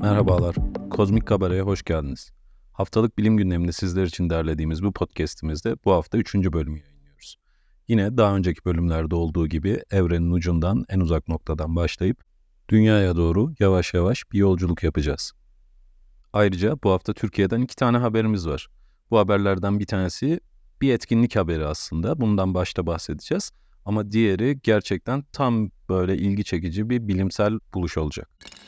Merhabalar, Kozmik Kabara'ya hoş geldiniz. Haftalık bilim gündemini sizler için derlediğimiz bu podcast'imizde bu hafta 3. bölümü yayınlıyoruz. Yine daha önceki bölümlerde olduğu gibi evrenin ucundan en uzak noktadan başlayıp dünyaya doğru yavaş yavaş bir yolculuk yapacağız. Ayrıca bu hafta Türkiye'den 2 tane haberimiz var. Bu haberlerden bir tanesi bir etkinlik haberi aslında. Bundan başta bahsedeceğiz. Ama diğeri gerçekten tam böyle ilgi çekici bir bilimsel buluş olacak.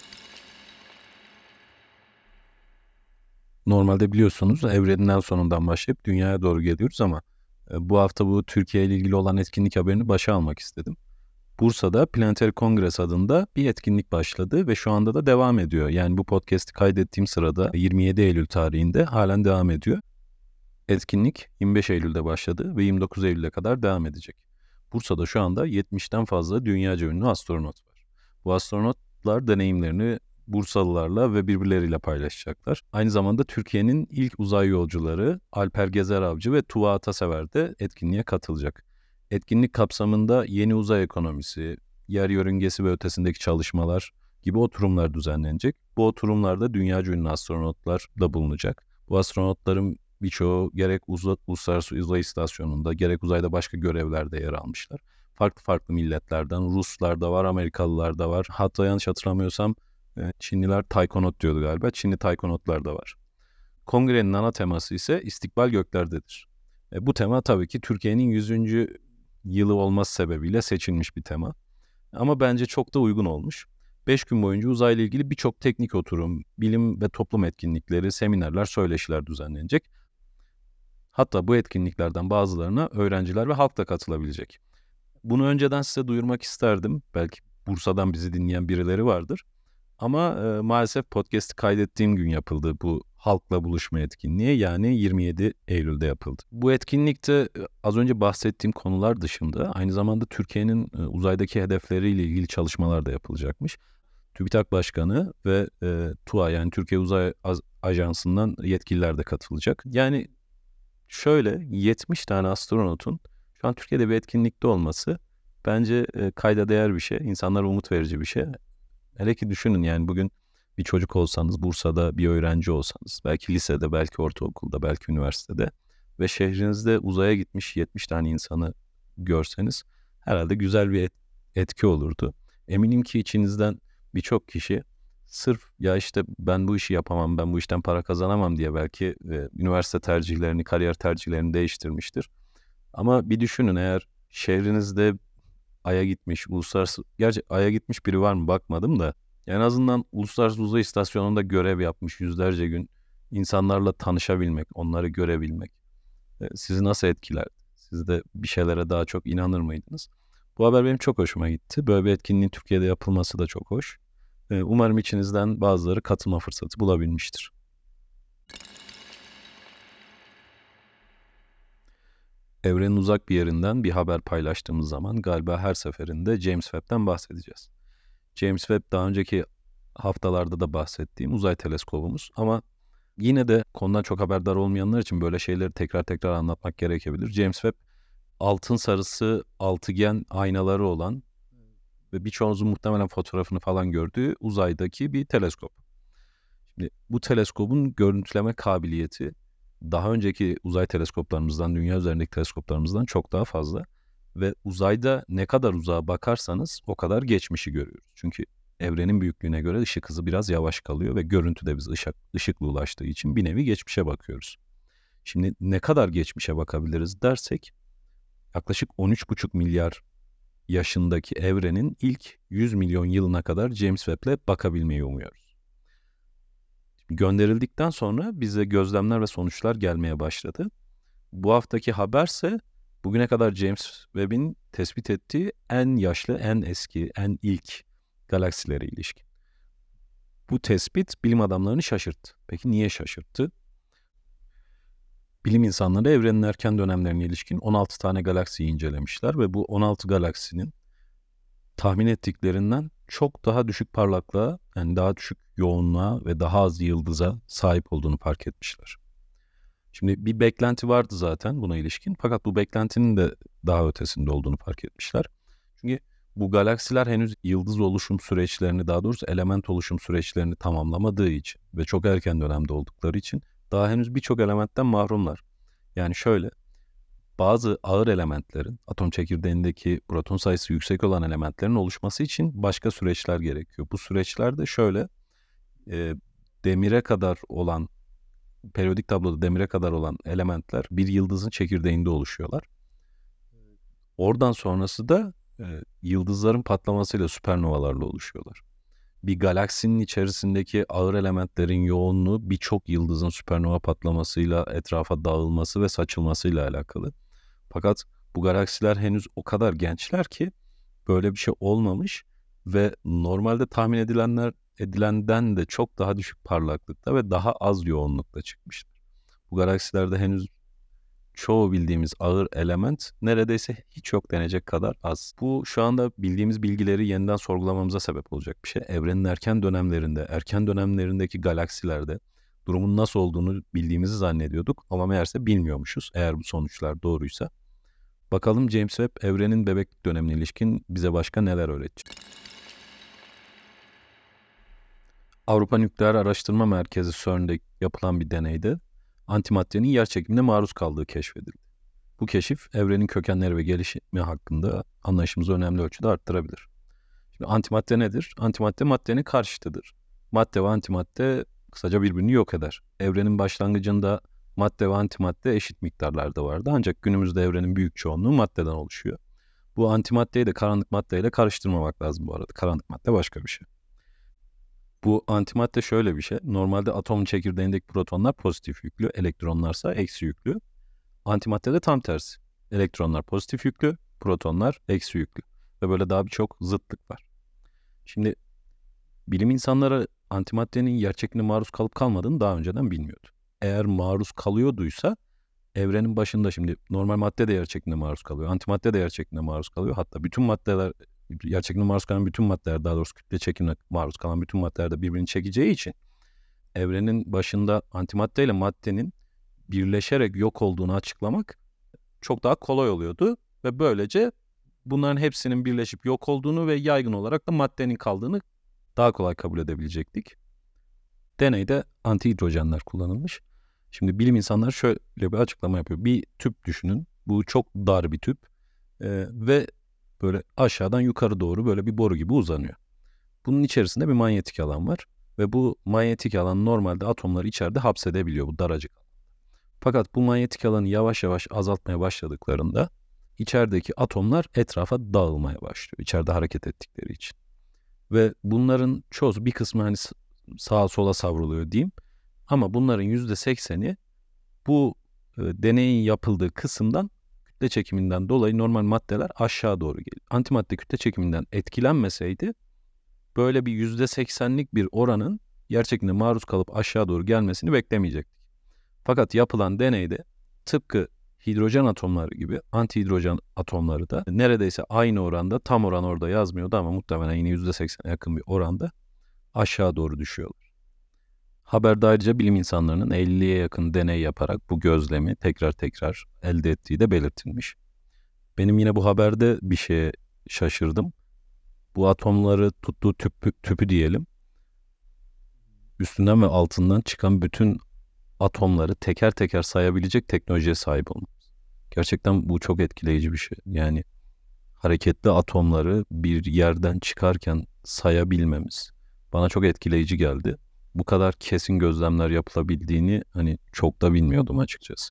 Normalde biliyorsunuz evrenin en sonundan başlayıp dünyaya doğru geliyoruz ama bu hafta bu Türkiye ile ilgili olan etkinlik haberini başa almak istedim. Bursa'da Planetary Congress adında bir etkinlik başladı ve şu anda da devam ediyor. Yani bu podcast'i kaydettiğim sırada 27 Eylül tarihinde halen devam ediyor. Etkinlik 25 Eylül'de başladı ve 29 Eylül'e kadar devam edecek. Bursa'da şu anda 70'ten fazla dünyaca ünlü astronot var. Bu astronotlar deneyimlerini Bursalılarla ve birbirleriyle paylaşacaklar. Aynı zamanda Türkiye'nin ilk uzay yolcuları Alper Gezer Avcı ve Tuğba Atasever de etkinliğe katılacak. Etkinlik kapsamında yeni uzay ekonomisi, yer yörüngesi ve ötesindeki çalışmalar gibi oturumlar düzenlenecek. Bu oturumlarda dünyaca ünlü astronotlar da bulunacak. Bu astronotların birçoğu gerek Uluslararası Uzay İstasyonu'nda gerek uzayda başka görevlerde yer almışlar. Farklı farklı milletlerden Ruslar da var, Amerikalılar da var. Hatta yanlış hatırlamıyorsam Çinliler taykonot diyordu galiba. Çinli taykonotlar da var. Kongrenin ana teması ise istikbal göklerdedir. Bu tema tabii ki Türkiye'nin 100. yılı olması sebebiyle seçilmiş bir tema. Ama bence çok da uygun olmuş. 5 gün boyunca uzayla ilgili birçok teknik oturum, bilim ve toplum etkinlikleri, seminerler, söyleşiler düzenlenecek. Hatta bu etkinliklerden bazılarına öğrenciler ve halk da katılabilecek. Bunu önceden size duyurmak isterdim. Belki Bursa'dan bizi dinleyen birileri vardır. Ama maalesef podcast'i kaydettiğim gün yapıldı bu halkla buluşma etkinliği, yani 27 Eylül'de yapıldı. Bu etkinlikte az önce bahsettiğim konular dışında aynı zamanda Türkiye'nin uzaydaki hedefleriyle ilgili çalışmalar da yapılacakmış. TÜBİTAK Başkanı ve TUA yani Türkiye Uzay Ajansı'ndan yetkililer de katılacak. Yani şöyle 70 tane astronotun şu an Türkiye'de bir etkinlikte olması bence kayda değer bir şey, insanlara umut verici bir şey. Hele ki düşünün yani bugün bir çocuk olsanız, Bursa'da bir öğrenci olsanız, belki lisede, belki ortaokulda, belki üniversitede ve şehrinizde uzaya gitmiş 70 tane insanı görseniz herhalde güzel bir etki olurdu. Eminim ki içinizden birçok kişi sırf ya işte ben bu işi yapamam, ben bu işten para kazanamam diye belki üniversite tercihlerini, kariyer tercihlerini değiştirmiştir. Ama bir düşünün, eğer şehrinizde Ay'a gitmiş, gerçi Ay'a gitmiş biri var mı bakmadım da en azından Uluslararası Uzay İstasyonu'nda görev yapmış yüzlerce gün insanlarla tanışabilmek, onları görebilmek sizi nasıl etkiler? Siz de bir şeylere daha çok inanır mıydınız? Bu haber benim çok hoşuma gitti. Böyle bir etkinliğin Türkiye'de yapılması da çok hoş. Umarım içinizden bazıları katılma fırsatı bulabilmiştir. Evrenin uzak bir yerinden bir haber paylaştığımız zaman galiba her seferinde James Webb'den bahsedeceğiz. James Webb daha önceki haftalarda da bahsettiğim uzay teleskobumuz ama yine de konudan çok haberdar olmayanlar için böyle şeyleri tekrar tekrar anlatmak gerekebilir. James Webb altın sarısı altıgen aynaları olan ve birçoğunuzun muhtemelen fotoğrafını falan gördüğü uzaydaki bir teleskop. Şimdi bu teleskobun görüntüleme kabiliyeti daha önceki uzay teleskoplarımızdan, dünya üzerindeki teleskoplarımızdan çok daha fazla. Ve uzayda ne kadar uzağa bakarsanız o kadar geçmişi görüyoruz. Çünkü evrenin büyüklüğüne göre ışık hızı biraz yavaş kalıyor ve görüntü de biz ışıkla ulaştığı için bir nevi geçmişe bakıyoruz. Şimdi ne kadar geçmişe bakabiliriz dersek yaklaşık 13,5 milyar yaşındaki evrenin ilk 100 milyon yılına kadar James Webb'le bakabilmeyi umuyoruz. Gönderildikten sonra bize gözlemler ve sonuçlar gelmeye başladı. Bu haftaki haberse bugüne kadar James Webb'in tespit ettiği en yaşlı, en eski, en ilk galaksilere ilişkin. Bu tespit bilim adamlarını şaşırttı. Peki niye şaşırttı? Bilim insanları evrenin erken dönemlerine ilişkin 16 tane galaksiyi incelemişler ve bu 16 galaksinin tahmin ettiklerinden çok daha düşük parlaklığa, yani daha düşük yoğunluğa ve daha az yıldıza sahip olduğunu fark etmişler. Şimdi bir beklenti vardı zaten buna ilişkin, fakat bu beklentinin de daha ötesinde olduğunu fark etmişler. Çünkü Bu galaksiler henüz yıldız oluşum süreçlerini, daha doğrusu element oluşum süreçlerini tamamlamadığı için ve çok erken dönemde oldukları için daha henüz birçok elementten mahrumlar. Yani şöyle, bazı ağır elementlerin, atom çekirdeğindeki proton sayısı yüksek olan elementlerin oluşması için başka süreçler gerekiyor. Bu süreçlerde şöyle, demire kadar olan, periyodik tabloda demire kadar olan elementler bir yıldızın çekirdeğinde oluşuyorlar. Oradan sonrası da yıldızların patlamasıyla süpernovalarla oluşuyorlar. Bir galaksinin içerisindeki ağır elementlerin yoğunluğu birçok yıldızın süpernova patlamasıyla etrafa dağılması ve saçılmasıyla alakalı. Fakat bu galaksiler henüz o kadar gençler ki böyle bir şey olmamış ve normalde tahmin edilenden de çok daha düşük parlaklıkta ve daha az yoğunlukta çıkmışlar. Bu galaksilerde henüz çoğu bildiğimiz ağır element neredeyse hiç yok denecek kadar az. Bu şu anda bildiğimiz bilgileri yeniden sorgulamamıza sebep olacak bir şey. Evrenin erken dönemlerindeki galaksilerde durumun nasıl olduğunu bildiğimizi zannediyorduk ama meğerse bilmiyormuşuz eğer bu sonuçlar doğruysa. Bakalım James Webb evrenin bebeklik dönemine ilişkin bize başka neler öğretecek? Avrupa Nükleer Araştırma Merkezi CERN'de yapılan bir deneyde antimaddenin yerçekimine maruz kaldığı keşfedildi. Bu keşif evrenin kökenleri ve gelişimi hakkında anlayışımızı önemli ölçüde arttırabilir. Şimdi antimadde nedir? Antimadde maddenin karşıtıdır. Madde ve antimadde kısaca birbirini yok eder. Evrenin başlangıcında madde ve antimadde eşit miktarlarda vardı. Ancak günümüzde evrenin büyük çoğunluğu maddeden oluşuyor. Bu antimaddeyi de karanlık maddeyle karıştırmamak lazım bu arada. Karanlık madde başka bir şey. Bu antimadde şöyle bir şey. Normalde atomun çekirdeğindeki protonlar pozitif yüklü, elektronlarsa eksi yüklü. Antimadde de tam tersi. Elektronlar pozitif yüklü, protonlar eksi yüklü. Ve böyle daha birçok zıtlık var. Şimdi bilim insanları antimaddenin yerçekimine maruz kalıp kalmadığını daha önceden bilmiyordu. Eğer maruz kalıyorduysa evrenin başında şimdi normal madde de yerçekimine maruz kalıyor. Antimadde de yerçekimine maruz kalıyor. Hatta bütün maddeler, yerçekimine maruz kalan bütün maddeler, daha doğrusu kütle çekimine maruz kalan bütün maddeler de birbirini çekeceği için evrenin başında antimadde ile maddenin birleşerek yok olduğunu açıklamak çok daha kolay oluyordu ve böylece bunların hepsinin birleşip yok olduğunu ve yaygın olarak da maddenin kaldığını daha kolay kabul edebilecektik. Deneyde antihidrojenler kullanılmış. Şimdi bilim insanları şöyle bir açıklama yapıyor. Bir tüp düşünün. Bu çok dar bir tüp ve böyle aşağıdan yukarı doğru böyle bir boru gibi uzanıyor. Bunun içerisinde bir manyetik alan var ve bu manyetik alan normalde atomları içeride hapsedebiliyor bu daracık. Fakat bu manyetik alanı yavaş yavaş azaltmaya başladıklarında içerideki atomlar etrafa dağılmaya başlıyor. İçeride hareket ettikleri için. Ve bunların çoğu bir kısmı hani sağa sola savruluyor diyeyim. Ama bunların %80'i bu deneyin yapıldığı kısımdan kütle çekiminden dolayı normal maddeler aşağı doğru geliyor. Antimadde kütle çekiminden etkilenmeseydi böyle bir %80'lik bir oranın yerçekimine maruz kalıp aşağı doğru gelmesini beklemeyecektik. Fakat yapılan deneyde tıpkı hidrojen atomları gibi antihidrojen atomları da neredeyse aynı oranda, tam oran orada yazmıyordu ama muhtemelen yine %80'e yakın bir oranda aşağı doğru düşüyorlar. Haberde ayrıca bilim insanlarının 50'ye yakın deney yaparak bu gözlemi tekrar elde ettiği de belirtilmiş. Benim yine bu haberde bir şeye şaşırdım. Bu atomları tuttuğu tüpü diyelim, üstünden ve altından çıkan bütün atomları teker teker sayabilecek teknolojiye sahip olmamız. Gerçekten bu çok etkileyici bir şey. Yani hareketli atomları bir yerden çıkarken sayabilmemiz bana çok etkileyici geldi. Bu kadar kesin gözlemler yapılabildiğini hani çok da bilmiyordum açıkçası.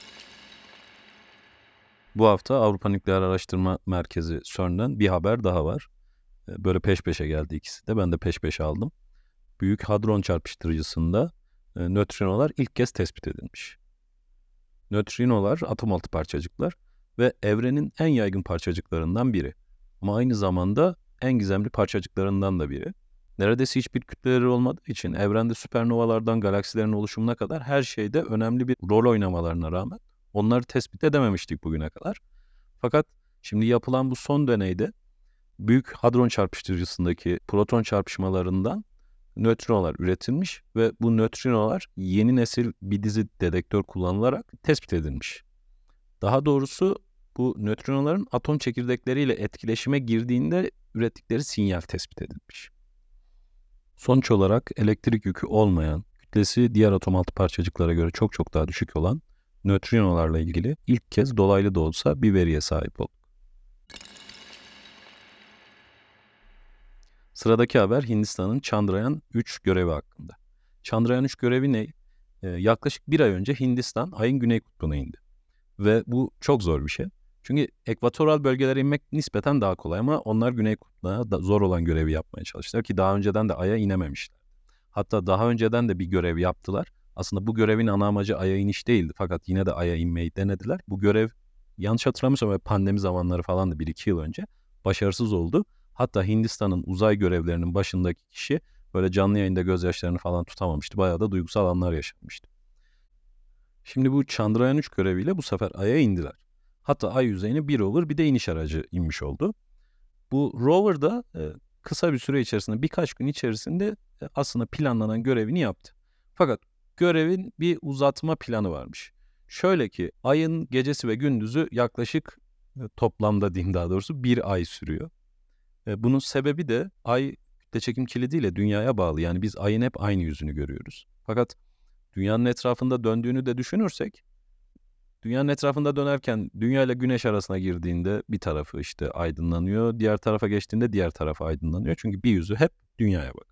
Bu hafta Avrupa Nükleer Araştırma Merkezi CERN'den bir haber daha var. Böyle peş peşe geldi ikisi de. Ben de peş peşe aldım. Büyük Hadron Çarpıştırıcısında nötrinolar ilk kez tespit edilmiş. Nötrinolar atom altı parçacıklar ve evrenin en yaygın parçacıklarından biri. Ama aynı zamanda en gizemli parçacıklarından da biri. Neredeyse hiçbir kütleleri olmadığı için evrende süpernovalardan galaksilerin oluşumuna kadar her şeyde önemli bir rol oynamalarına rağmen onları tespit edememiştik bugüne kadar. Fakat şimdi yapılan bu son deneyde Büyük Hadron Çarpıştırıcısındaki proton çarpışmalarından nötrinolar üretilmiş ve bu nötrinolar yeni nesil bir dizi dedektör kullanılarak tespit edilmiş. Daha doğrusu Bu nötronların atom çekirdekleriyle etkileşime girdiğinde ürettikleri sinyal tespit edilmiş. Sonuç olarak elektrik yükü olmayan, kütlesi diğer atom altı parçacıklara göre çok çok daha düşük olan nötrinolarla ilgili ilk kez dolaylı da olsa bir veriye sahip olduk. Sıradaki haber Hindistan'ın Chandrayaan 3 görevi hakkında. Chandrayaan 3 görevi ne? Yaklaşık bir ay önce Hindistan ayın güney kutbuna indi. Ve bu çok zor bir şey. Çünkü ekvatoral bölgelere inmek nispeten daha kolay ama onlar güney kutbuna da zor olan görevi yapmaya çalıştılar ki daha önceden de aya inememişler. Hatta daha önceden de bir görev yaptılar. Aslında bu görevin ana amacı aya iniş değildi fakat yine de aya inmeyi denediler. Bu görev yanlış hatırlamıyorsam pandemi zamanları falan da 1-2 yıl önce başarısız oldu. Hatta Hindistan'ın uzay görevlerinin başındaki kişi böyle canlı yayında gözyaşlarını falan tutamamıştı. Bayağı da duygusal anlar yaşanmıştı. Şimdi bu Chandrayaan 3 göreviyle bu sefer Ay'a indiler. Hatta Ay yüzeyine bir rover bir de iniş aracı inmiş oldu. Bu rover da kısa bir süre içerisinde birkaç gün içerisinde aslında planlanan görevini yaptı. Fakat görevin bir uzatma planı varmış. Şöyle ki Ay'ın gecesi ve gündüzü yaklaşık toplamda diyeyim daha doğrusu bir ay sürüyor. Bunun sebebi de Ay kütle çekim kilidiyle Dünya'ya bağlı. Yani biz Ay'ın hep aynı yüzünü görüyoruz. Fakat Dünya'nın etrafında döndüğünü de düşünürsek, Dünya'nın etrafında dönerken Dünya ile Güneş arasına girdiğinde bir tarafı işte aydınlanıyor, diğer tarafa geçtiğinde diğer tarafı aydınlanıyor. Çünkü bir yüzü hep Dünya'ya bakıyor.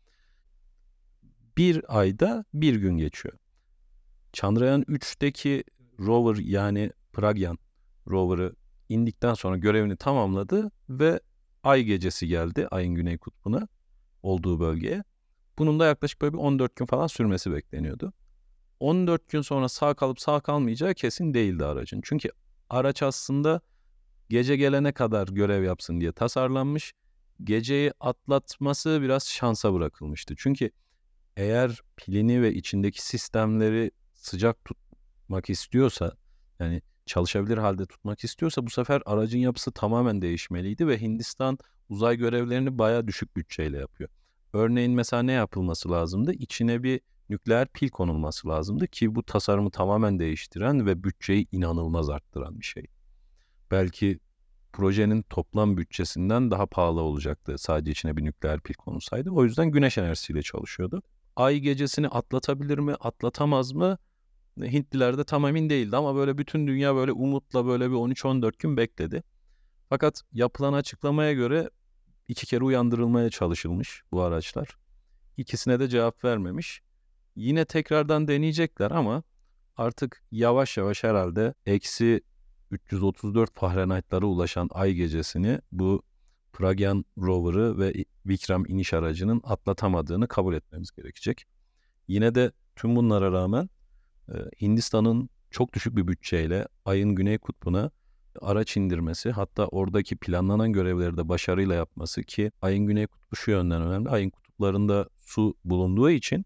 Bir ayda bir gün geçiyor. Chandrayaan 3'teki rover yani Pragyan rover'ı indikten sonra görevini tamamladı ve Ay gecesi geldi Ay'ın güney kutbuna olduğu bölgeye. Bunun da yaklaşık böyle bir 14 gün falan sürmesi bekleniyordu. 14 gün sonra sağ kalıp sağ kalmayacağı kesin değildi aracın. Çünkü araç aslında gece gelene kadar görev yapsın diye tasarlanmış. Geceyi atlatması biraz şansa bırakılmıştı. Çünkü eğer pilini ve içindeki sistemleri sıcak tutmak istiyorsa, yani çalışabilir halde tutmak istiyorsa bu sefer aracın yapısı tamamen değişmeliydi ve Hindistan uzay görevlerini bayağı düşük bütçeyle yapıyor. Örneğin mesela ne yapılması lazımdı? İçine bir nükleer pil konulması lazımdı ki bu tasarımı tamamen değiştiren ve bütçeyi inanılmaz arttıran bir şey. Belki projenin toplam bütçesinden daha pahalı olacaktı sadece içine bir nükleer pil konulsaydı. O yüzden güneş enerjisiyle çalışıyordu. Ay gecesini atlatabilir mi, atlatamaz mı? Hintliler de tam emin değildi ama böyle bütün dünya böyle umutla böyle bir 13-14 gün bekledi. Fakat yapılan açıklamaya göre 2 kere uyandırılmaya çalışılmış bu araçlar. İkisine de cevap vermemiş. Yine tekrardan deneyecekler ama artık yavaş yavaş herhalde eksi 334 Fahrenheit'lara ulaşan ay gecesini bu Pragyan rover'ı ve Vikram iniş aracının atlatamadığını kabul etmemiz gerekecek. Yine de tüm bunlara rağmen Hindistan'ın çok düşük bir bütçeyle ayın güney kutbuna araç indirmesi, hatta oradaki planlanan görevleri de başarıyla yapması ki ayın güney kutbu şu yönden önemli. Ayın kutuplarında su bulunduğu için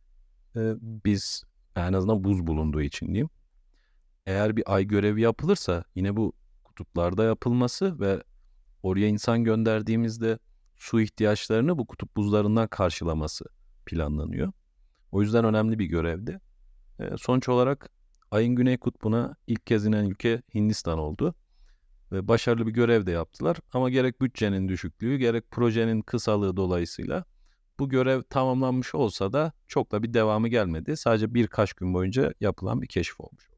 biz en azından buz bulunduğu için diyeyim. Eğer bir ay görevi yapılırsa yine bu kutuplarda yapılması ve oraya insan gönderdiğimizde su ihtiyaçlarını bu kutup buzlarından karşılaması planlanıyor. O yüzden önemli bir görevdi. Sonuç olarak ayın güney kutbuna ilk kez inen ülke Hindistan oldu. Ve başarılı bir görev de yaptılar. Ama gerek bütçenin düşüklüğü gerek projenin kısalığı dolayısıyla bu görev tamamlanmış olsa da çok da bir devamı gelmedi. Sadece birkaç gün boyunca yapılan bir keşif olmuş.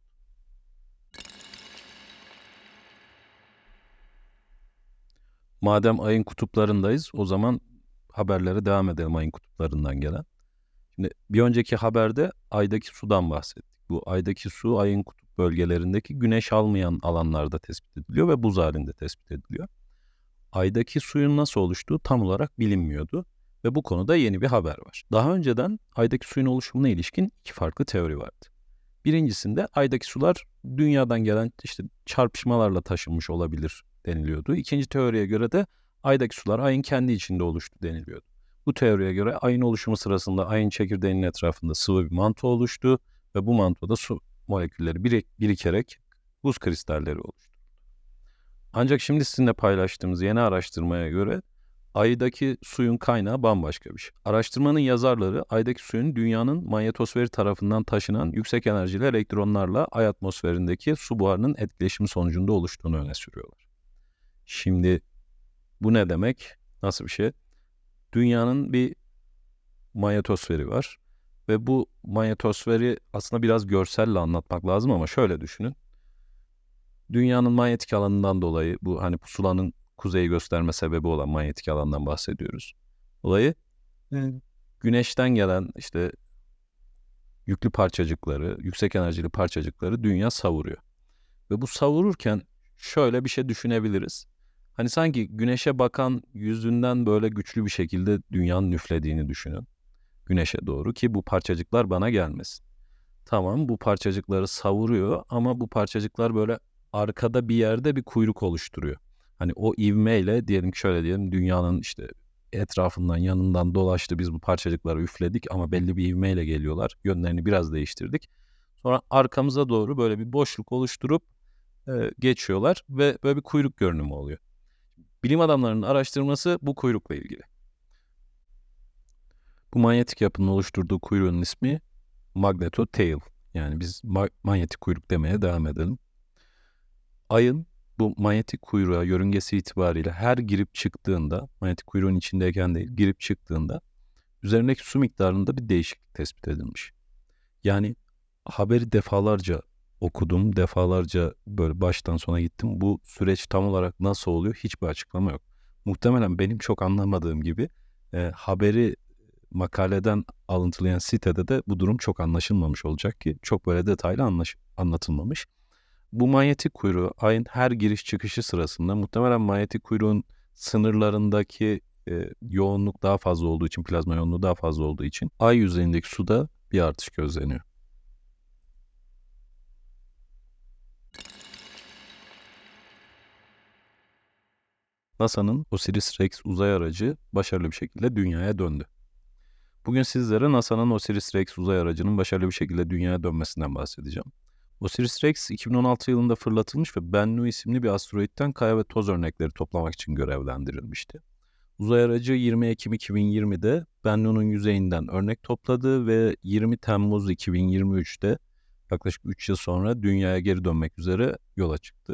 Madem ayın kutuplarındayız, o zaman haberlere devam edelim ayın kutuplarından gelen. Şimdi bir önceki haberde aydaki sudan bahsettik. Bu aydaki su ayın kutup bölgelerindeki güneş almayan alanlarda tespit ediliyor ve buz halinde tespit ediliyor. Aydaki suyun nasıl oluştuğu tam olarak bilinmiyordu ve bu konuda yeni bir haber var. Daha önceden aydaki suyun oluşumuna ilişkin iki farklı teori vardı. Birincisinde aydaki sular dünyadan gelen işte çarpışmalarla taşınmış olabilir deniliyordu. İkinci teoriye göre de aydaki sular ayın kendi içinde oluştu deniliyordu. Bu teoriye göre ayın oluşumu sırasında ayın çekirdeğinin etrafında sıvı bir manto oluştu ve bu mantoda su molekülleri birikerek buz kristalleri oluştu. Ancak şimdi sizinle paylaştığımız yeni araştırmaya göre Ay'daki suyun kaynağı bambaşka bir şey. Araştırmanın yazarları Ay'daki suyun dünyanın manyetosferi tarafından taşınan yüksek enerjili elektronlarla Ay atmosferindeki su buharının etkileşimi sonucunda oluştuğunu öne sürüyorlar. Şimdi bu ne demek? Nasıl bir şey? Dünyanın bir manyetosferi var ve bu manyetosferi aslında biraz görselle anlatmak lazım ama şöyle düşünün. Dünyanın manyetik alanından dolayı bu hani pusulanın kuzeyi gösterme sebebi olan manyetik alandan bahsediyoruz. Olayı güneşten gelen işte yüklü parçacıkları, yüksek enerjili parçacıkları dünya savuruyor. Ve bu savururken şöyle bir şey düşünebiliriz. Hani sanki güneşe bakan yüzünden böyle güçlü bir şekilde dünyanın üflediğini düşünün. Güneşe doğru ki bu parçacıklar bana gelmesin. Tamam, bu parçacıkları savuruyor ama bu parçacıklar böyle arkada bir yerde bir kuyruk oluşturuyor. Hani o ivmeyle diyelim ki şöyle diyelim dünyanın işte etrafından yanından dolaştı, biz bu parçacıkları üfledik ama belli bir ivmeyle geliyorlar. Yönlerini biraz değiştirdik. Sonra arkamıza doğru böyle bir boşluk oluşturup geçiyorlar ve böyle bir kuyruk görünümü oluyor. Bilim adamlarının araştırması bu kuyrukla ilgili. Bu manyetik yapının oluşturduğu kuyruğun ismi magnetotail. Yani biz manyetik kuyruk demeye devam edelim. Ayın bu manyetik kuyruğa yörüngesi itibariyle her girip çıktığında, manyetik kuyruğun içindeyken değil, girip çıktığında üzerindeki su miktarında bir değişiklik tespit edilmiş. Yani haberi defalarca okudum, defalarca böyle baştan sona gittim. Bu süreç tam olarak nasıl oluyor hiçbir açıklama yok. Muhtemelen benim çok anlamadığım gibi haberi makaleden alıntılayan sitede de bu durum çok anlaşılmamış olacak ki çok böyle detaylı anlatılmamış. Bu manyetik kuyruğu ayın her giriş çıkışı sırasında muhtemelen manyetik kuyruğun sınırlarındaki yoğunluk daha fazla olduğu için, plazma yoğunluğu daha fazla olduğu için ay yüzeyindeki suda bir artış gözleniyor. NASA'nın OSIRIS-REx uzay aracı başarılı bir şekilde dünyaya döndü. Bugün sizlere NASA'nın OSIRIS-REx uzay aracının başarılı bir şekilde dünyaya dönmesinden bahsedeceğim. OSIRIS-REx 2016 yılında fırlatılmış ve Bennu isimli bir asteroitten kaya ve toz örnekleri toplamak için görevlendirilmişti. Uzay aracı 20 Ekim 2020'de Bennu'nun yüzeyinden örnek topladı ve 20 Temmuz 2023'te yaklaşık 3 yıl sonra dünyaya geri dönmek üzere yola çıktı.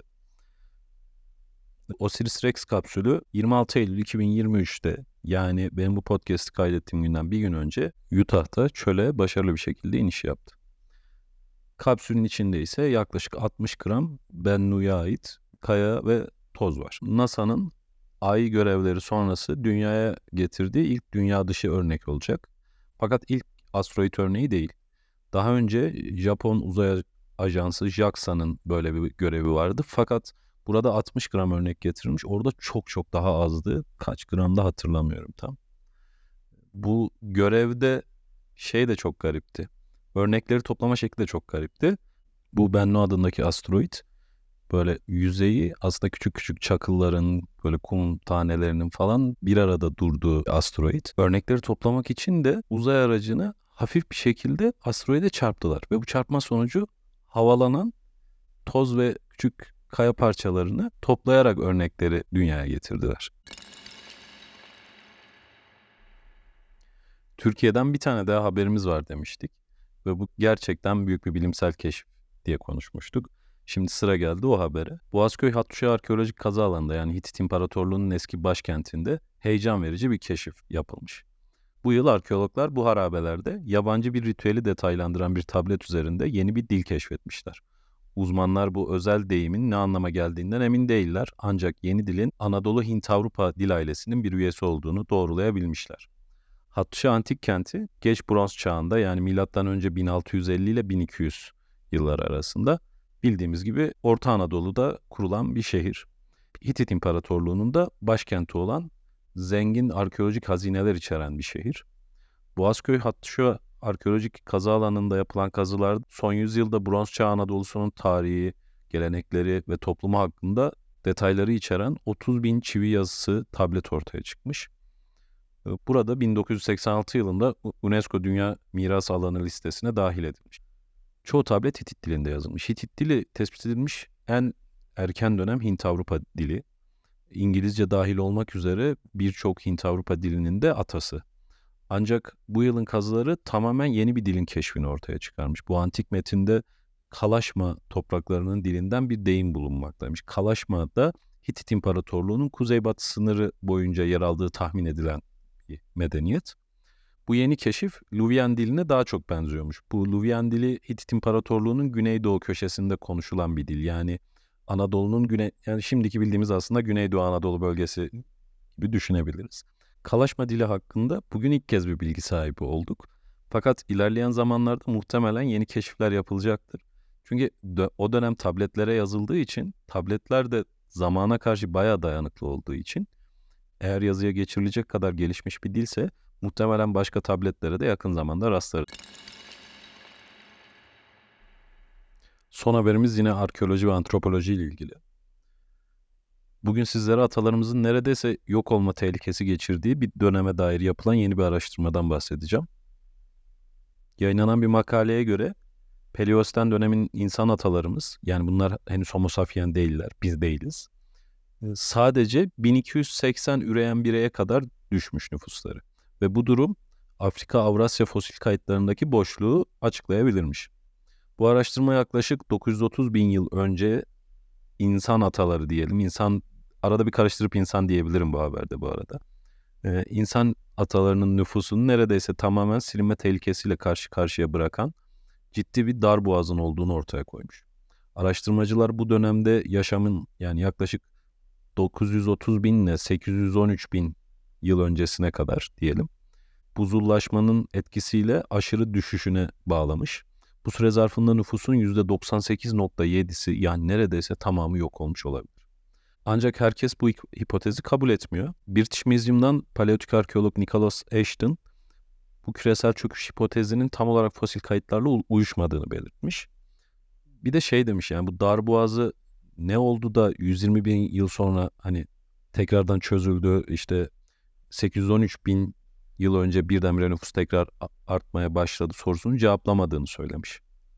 OSIRIS-REx kapsülü 26 Eylül 2023'te yani benim bu podcast'ı kaydettiğim günden bir gün önce Utah'ta çöle başarılı bir şekilde iniş yaptı. Kapsülün içinde ise yaklaşık 60 gram Bennu'ya ait kaya ve toz var. NASA'nın Ay görevleri sonrası dünyaya getirdiği ilk dünya dışı örnek olacak. Fakat ilk asteroid örneği değil. Daha önce Japon Uzay Ajansı JAXA'nın böyle bir görevi vardı. Fakat burada 60 gram örnek getirilmiş. Orada çok çok daha azdı. Kaç gram da hatırlamıyorum tam. Bu görevde şey de çok garipti. Örnekleri toplama şekli de çok garipti. Bu Bennu adındaki asteroid böyle yüzeyi aslında küçük küçük çakılların, böyle kum tanelerinin falan bir arada durduğu asteroid. Örnekleri toplamak için de uzay aracını hafif bir şekilde asteroide çarptılar. Ve bu çarpma sonucu havalanan toz ve küçük kaya parçalarını toplayarak örnekleri dünyaya getirdiler. Türkiye'den bir tane daha haberimiz var demiştik. Ve bu gerçekten büyük bir bilimsel keşif diye konuşmuştuk. Şimdi sıra geldi o habere. Boğazköy Hattuşa Arkeolojik Kazı Alanı'nda yani Hitit İmparatorluğu'nun eski başkentinde heyecan verici bir keşif yapılmış. Bu yıl arkeologlar bu harabelerde yabancı bir ritüeli detaylandıran bir tablet üzerinde yeni bir dil keşfetmişler. Uzmanlar bu özel deyimin ne anlama geldiğinden emin değiller ancak yeni dilin Anadolu Hint-Avrupa dil ailesinin bir üyesi olduğunu doğrulayabilmişler. Hattuşa Antik Kenti Geç Bronz Çağı'nda yani M.Ö. 1650 ile 1200 yılları arasında bildiğimiz gibi Orta Anadolu'da kurulan bir şehir. Hitit İmparatorluğu'nun da başkenti olan zengin arkeolojik hazineler içeren bir şehir. Boğazköy Hattuşa arkeolojik kazı alanında yapılan kazılar son yüzyılda Bronz Çağ Anadolu'sunun tarihi, gelenekleri ve toplumu hakkında detayları içeren 30 bin çivi yazısı tablet ortaya çıkmış. Burada 1986 yılında UNESCO Dünya Miras Alanı listesine dahil edilmiş. Çoğu tablet Hitit dilinde yazılmış. Hitit dili tespit edilmiş en erken dönem Hint-Avrupa dili İngilizce dahil olmak üzere birçok Hint-Avrupa dilinin de atası. Ancak bu yılın kazıları tamamen yeni bir dilin keşfini ortaya çıkarmış. Bu antik metinde Kalaşma topraklarının dilinden bir deyim bulunmaktaymış. Kalaşma da Hitit İmparatorluğu'nun kuzeybatı sınırı boyunca yer aldığı tahmin edilen bir medeniyet. Bu yeni keşif Luvyan diline daha çok benziyormuş. Bu Luvyan dili Hitit İmparatorluğu'nun güneydoğu köşesinde konuşulan bir dil. Yani Anadolu'nun yani şimdiki bildiğimiz aslında Güneydoğu Anadolu bölgesi gibi düşünebiliriz. Kalaşma dili hakkında bugün ilk kez bir bilgi sahibi olduk. Fakat ilerleyen zamanlarda muhtemelen yeni keşifler yapılacaktır. Çünkü o dönem tabletlere yazıldığı için, tabletler de zamana karşı bayağı dayanıklı olduğu için, eğer yazıya geçirilecek kadar gelişmiş bir dilse muhtemelen başka tabletlere de yakın zamanda rastlarız. Son haberimiz yine arkeoloji ve antropoloji ile ilgili. Bugün sizlere atalarımızın neredeyse yok olma tehlikesi geçirdiği bir döneme dair yapılan yeni bir araştırmadan bahsedeceğim. Yayınlanan bir makaleye göre Paleosten dönemin insan atalarımız, yani bunlar henüz Homo sapien değiller, biz değiliz, sadece 1280 üreyen bireye kadar düşmüş nüfusları. Ve bu durum Afrika-Avrasya fosil kayıtlarındaki boşluğu açıklayabilirmiş. Bu araştırma yaklaşık 930 bin yıl önce insan ataları diyelim. Arada bir karıştırıp insan diyebilirim bu haberde bu arada. İnsan atalarının nüfusunu neredeyse tamamen silinme tehlikesiyle karşı karşıya bırakan ciddi bir darboğazın olduğunu ortaya koymuş. Araştırmacılar bu dönemde yaşamın, yani yaklaşık 930 bin ile 813 bin yıl öncesine kadar diyelim, buzullaşmanın etkisiyle aşırı düşüşüne bağlamış. Bu süre zarfında nüfusun %98.7'si, yani neredeyse tamamı yok olmuş olabilir. Ancak herkes bu hipotezi kabul etmiyor. British Museum'dan paleolitik arkeolog Nicholas Ashton bu küresel çöküş hipotezinin tam olarak fosil kayıtlarla uyuşmadığını belirtmiş. Bir de demiş, yani bu darboğazı ne oldu da 120 bin yıl sonra hani tekrardan çözüldü, işte 813 bin yıl önce birdenbire nüfus tekrar artmaya başladı sorusunu cevaplamadığını söylemiş.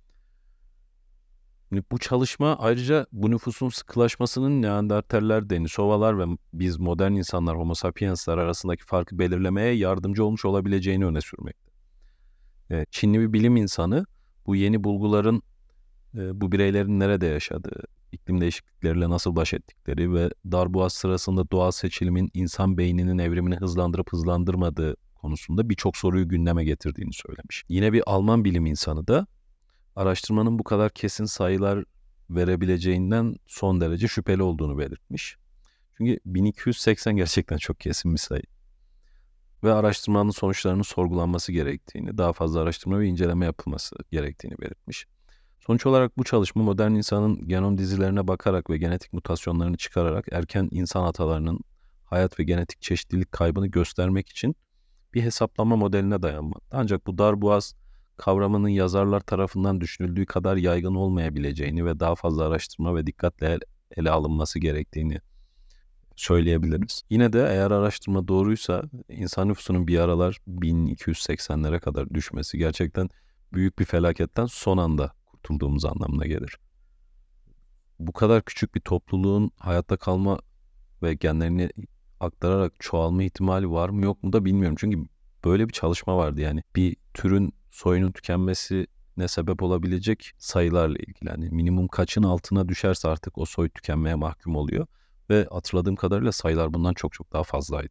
Bu çalışma ayrıca bu nüfusun sıkılaşmasının Neandertaller, Denisovalar ve biz modern insanlar, Homo sapiensler arasındaki farkı belirlemeye yardımcı olmuş olabileceğini öne sürmekte. Çinli bir bilim insanı bu yeni bulguların bu bireylerin nerede yaşadığı, iklim değişiklikleriyle nasıl baş ettikleri ve darboğaz sırasında doğal seçilimin insan beyninin evrimini hızlandırıp hızlandırmadığı konusunda birçok soruyu gündeme getirdiğini söylemiş. Yine bir Alman bilim insanı da araştırmanın bu kadar kesin sayılar verebileceğinden son derece şüpheli olduğunu belirtmiş. Çünkü 1280 gerçekten çok kesin bir sayı. Ve araştırmanın sonuçlarının sorgulanması gerektiğini, daha fazla araştırma ve inceleme yapılması gerektiğini belirtmiş. Sonuç olarak bu çalışma modern insanın genom dizilerine bakarak ve genetik mutasyonlarını çıkararak erken insan atalarının hayat ve genetik çeşitlilik kaybını göstermek için bir hesaplama modeline dayanmakta. Ancak bu darboğaz kavramının yazarlar tarafından düşünüldüğü kadar yaygın olmayabileceğini ve daha fazla araştırma ve dikkatle ele alınması gerektiğini söyleyebiliriz. Yine de eğer araştırma doğruysa insan nüfusunun bir aralar 1280'lere kadar düşmesi gerçekten büyük bir felaketten son anda kurtulduğumuz anlamına gelir. Bu kadar küçük bir topluluğun hayatta kalma ve genlerini aktararak çoğalma ihtimali var mı yok mu da bilmiyorum. Çünkü böyle bir çalışma vardı, yani bir türün soyunun tükenmesine sebep olabilecek sayılarla ilgili. Yani minimum kaçın altına düşerse artık o soy tükenmeye mahkum oluyor. Ve hatırladığım kadarıyla sayılar bundan çok çok daha fazlaydı.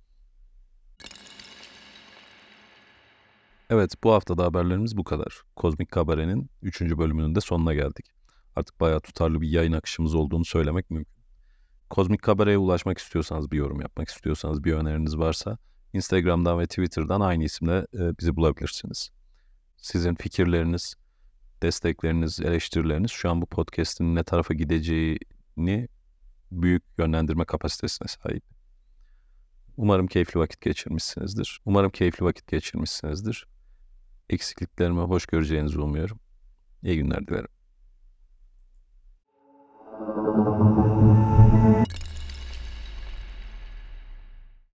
Evet, bu hafta da haberlerimiz bu kadar. Kozmik Kabare'nin 3. bölümünün de sonuna geldik. Artık bayağı tutarlı bir yayın akışımız olduğunu söylemek mümkün. Kozmik Kabare'ye ulaşmak istiyorsanız, bir yorum yapmak istiyorsanız, bir öneriniz varsa Instagram'dan ve Twitter'dan aynı isimle bizi bulabilirsiniz. Sizin fikirleriniz, destekleriniz, eleştirileriniz şu an bu podcast'in ne tarafa gideceğini büyük yönlendirme kapasitesine sahip. Umarım keyifli vakit geçirmişsinizdir. Eksikliklerimi hoş göreceğinizi umuyorum. İyi günler dilerim.